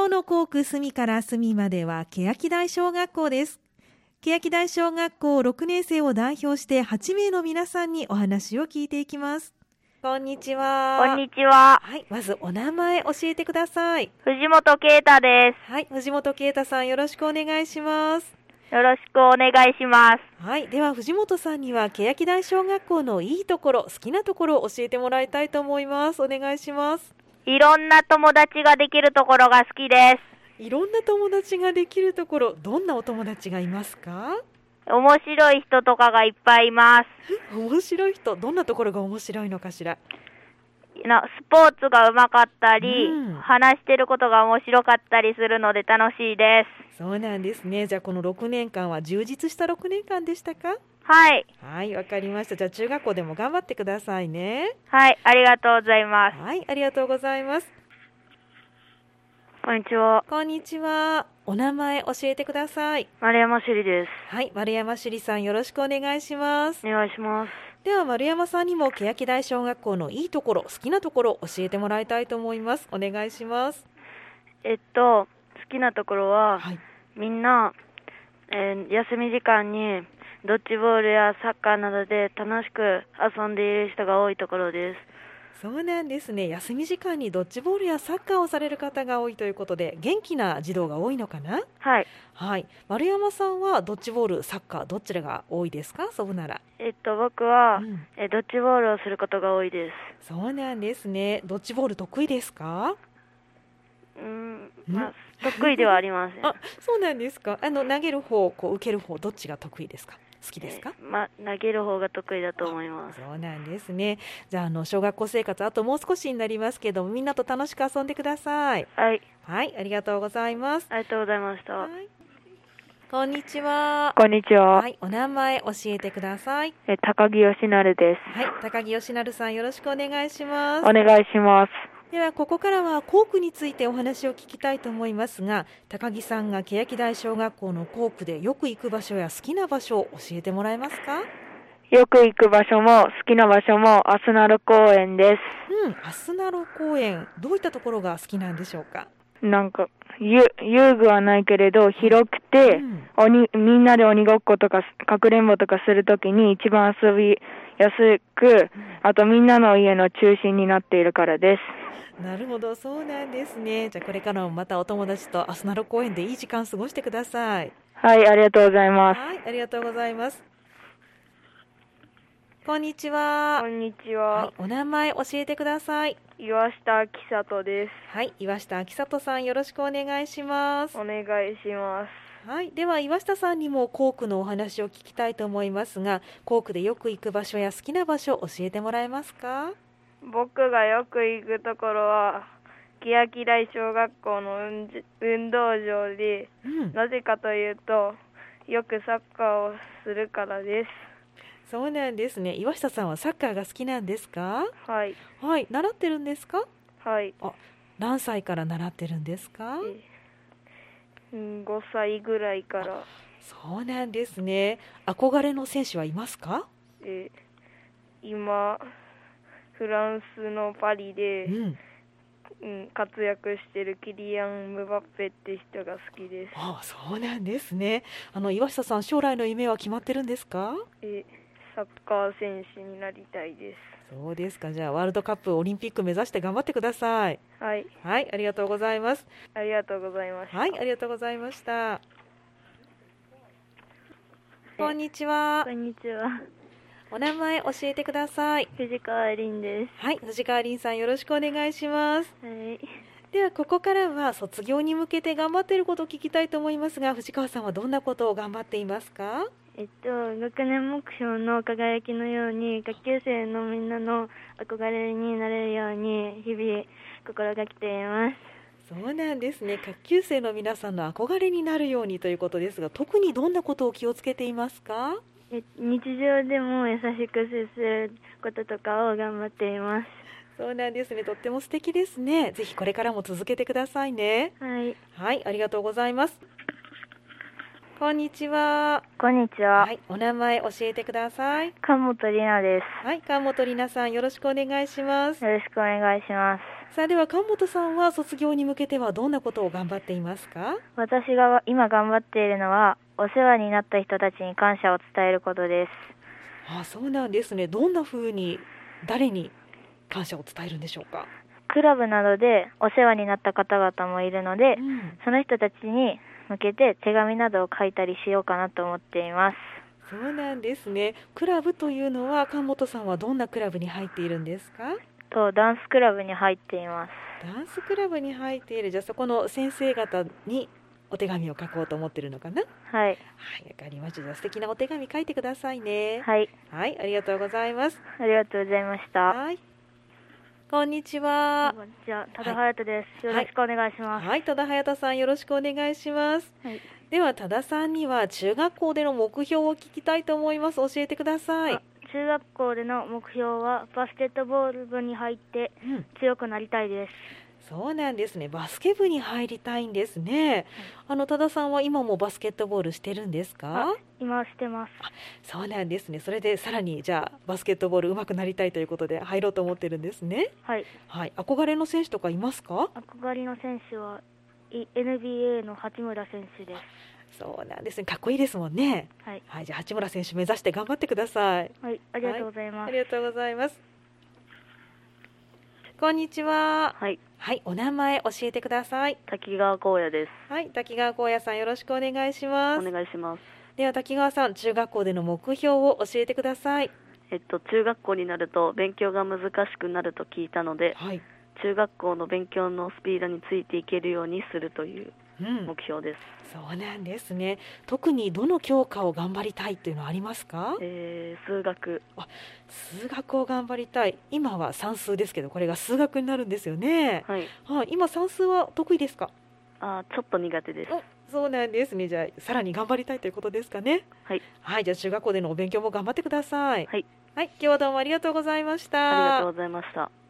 今日の校区隅から隅までは欅台小学校です。欅台小学校6年生を代表して8名の皆さんにお話を聞いていきます。こんにちは。 こんにちは。 はい、まずお名前教えてください。 藤本啓太です。 はい、藤本啓太さんよろしくお願いします。 よろしくお願いします。 はい、では藤本さんには欅台小学校のいいところ、好きなところを教えてもらいたいと思います。お願いします。 いろんな友達ができるところが好きです。 いろんな友達ができるところ、どんなお友達がいますか？ 面白い人とかがいっぱいいます。 面白い人、どんなところが面白いのかしら？ スポーツがうまかったり、 うん、 話してることが面白かったりするので楽しいです。 そうなんですね。じゃあこの6年間は充実した6年間でしたか？ はい。 はい、わかりました。じゃあ中学校でも頑張ってくださいね。 はい、ありがとうございます。 はい、ありがとうございます。 こんにちは。 こんにちは。お名前教えてください。 丸山朱里です。 はい、丸山朱里さんよろしくお願いします。 お願いします。 では丸山さんにも欅台小学校のいいところ、好きなところ教えてもらいたいと思います。お願いします。 好きなところは、 はい、 みんな、休み時間にドッジボールやサッカーなどで楽しく遊んでいる人が多いところです。 そうなんですね。休み時間にドッジボールやサッカーをされる方が多いということで、元気な児童が多いのかな？ はい。 はい。丸山さんはドッジボール、サッカー、どちらが多いですか？遊ぶなら。 僕は、 うん、 ドッジボールをすることが多いです。 そうなんですね。ドッジボール得意ですか？ 得意ではありません。 あ、そうなんですか。投げる方、受ける方、どっちが得意ですか？好きですか？ 投げる方が得意だと思います。 そうなんですね。じゃあ、小学校生活あともう少しになりますけども、みんなと楽しく遊んでください。 はい。 はい、ありがとうございます。 ありがとうございました。 はい、こんにちは。 こんにちは。 はい、お名前教えてください。 高木義成です。 はい、高木義成さんよろしくお願いします。 お願いします。 ではここからは校区についてお話を聞きたいと思いますが、高木さんが欅台小学校の校区でよく行く場所や好きな場所を教えてもらえますか？ よく行く場所も好きな場所もアスナル公園です。 アスナロ公園、どういったところが好きなんでしょうか？ なんか遊具はないけれど広くて、みんなで鬼ごっことかかくれんぼとかするときに一番遊びやすく、あとみんなの家の中心になっているからです。 なるほど、そうなんですね。じゃあこれからもまたお友達とアスナロ公園でいい時間過ごしてください。 はい、ありがとうございます。 はい、ありがとうございます。こんにちは。 こんにちは。 はい、お名前教えてください。 岩下明里です。 はい、岩下明里さんよろしくお願いします。 お願いします。 はい、では岩下さんにも校区のお話を聞きたいと思いますが、校区でよく行く場所や好きな場所を教えてもらえますか？ 僕がよく行くところは欅台小学校の運動場で、なぜかというとよくサッカーをするからです。 そうなんですね。岩下さんはサッカーが好きなんですか？ はい。 はい、習ってるんですか？ はい。 何歳から習ってるんですか ？5歳ぐらいから。 そうなんですね。憧れの選手はいますか？ 今フランスのパリで、活躍しているキリアン・ムバッペって人が好きです。 そうなんですね。岩下さん、将来の夢は決まってるんですか？ サッカー選手になりたいです。 そうですか。じゃあワールドカップ、オリンピック目指して頑張ってください。 はい。 はい、ありがとうございます。 ありがとうございました。 はい、ありがとうございました。こんにちは。 こんにちは。 お名前教えてください。 藤川凛です。 はい、藤川凛さんよろしくお願いします。 はい。 ではここからは卒業に向けて頑張っていることを聞きたいと思いますが、藤川さんはどんなことを頑張っていますか？ 学年目標の輝きのように下級生のみんなの憧れになれるように日々心がけています。 そうなんですね。下級生の皆さんの憧れになるようにということですが、特にどんなことを気をつけていますか？ 日常でも優しく接することとかを頑張っています。 そうなんですね。とっても素敵ですね。ぜひこれからも続けてくださいね。 はい。 はい、ありがとうございます。 こんにちは。 こんにちは。 はい、お名前教えてください。 菅本里奈です。 はい、菅本里奈さん、よろしくお願いします。 よろしくお願いします。 さあ、では菅本さんは卒業に向けてはどんなことを頑張っていますか？ 私が今頑張っているのは、お世話になった人たちに感謝を伝えることです。 そうなんですね。どんな風に誰に感謝を伝えるんでしょうか？ クラブなどでお世話になった方々もいるので、その人たちに向けて手紙などを書いたりしようかなと思っています。 そうなんですね。クラブというのは菅本さんはどんなクラブに入っているんですか？ ダンスクラブに入っています。 ダンスクラブに入っている。じゃあそこの先生方にお手紙を書こうと思ってるのかな？ はい。 はい、わかりました。じゃあ素敵なお手紙書いてくださいね。 はい。 はい、ありがとうございます。 ありがとうございました。 はい。こんにちは。 こんにちは。多田隼人です。よろしくお願いします。 はい、多田隼人さん、よろしくお願いします。 はい。 では多田さんには中学校での目標を聞きたいと思います。教えてください。 中学校での目標はバスケットボール部に入って強くなりたいです。 そうなんですね。バスケ部に入りたいんですね。多田さんは今もバスケットボールしてるんですか？ 今してます。 そうなんですね。それでさらにじゃあバスケットボール上手くなりたいということで入ろうと思ってるんですね。 はい。 はい。憧れの選手とかいますか？ 憧れの選手は NBA の八村選手です。 そうなんですね。かっこいいですもんね。 はい。 はい。じゃあ八村選手目指して頑張ってください。 はい。ありがとうございます。 ありがとうございます。こんにちは。 はい。 はい、お名前教えてください。 滝川光也です。 はい、滝川光也さん、よろしくお願いします。 お願いします。 では滝川さん、中学校での目標を教えてください。 中学校になると勉強が難しくなると聞いたので、 はい、 中学校の勉強のスピードについていけるようにするという目標です。 そうなんですね。特にどの教科を頑張りたいというのはありますか？ 数学。 数学を頑張りたい。今は算数ですけど、これが数学になるんですよね。 はい。 はい、今算数は得意ですか？ ちょっと苦手です。 そうなんですね。じゃあさらに頑張りたいということですかね。 はい。 はい、じゃあ中学校でのお勉強も頑張ってください。 はい。 はい、今日はどうもありがとうございました。 ありがとうございました。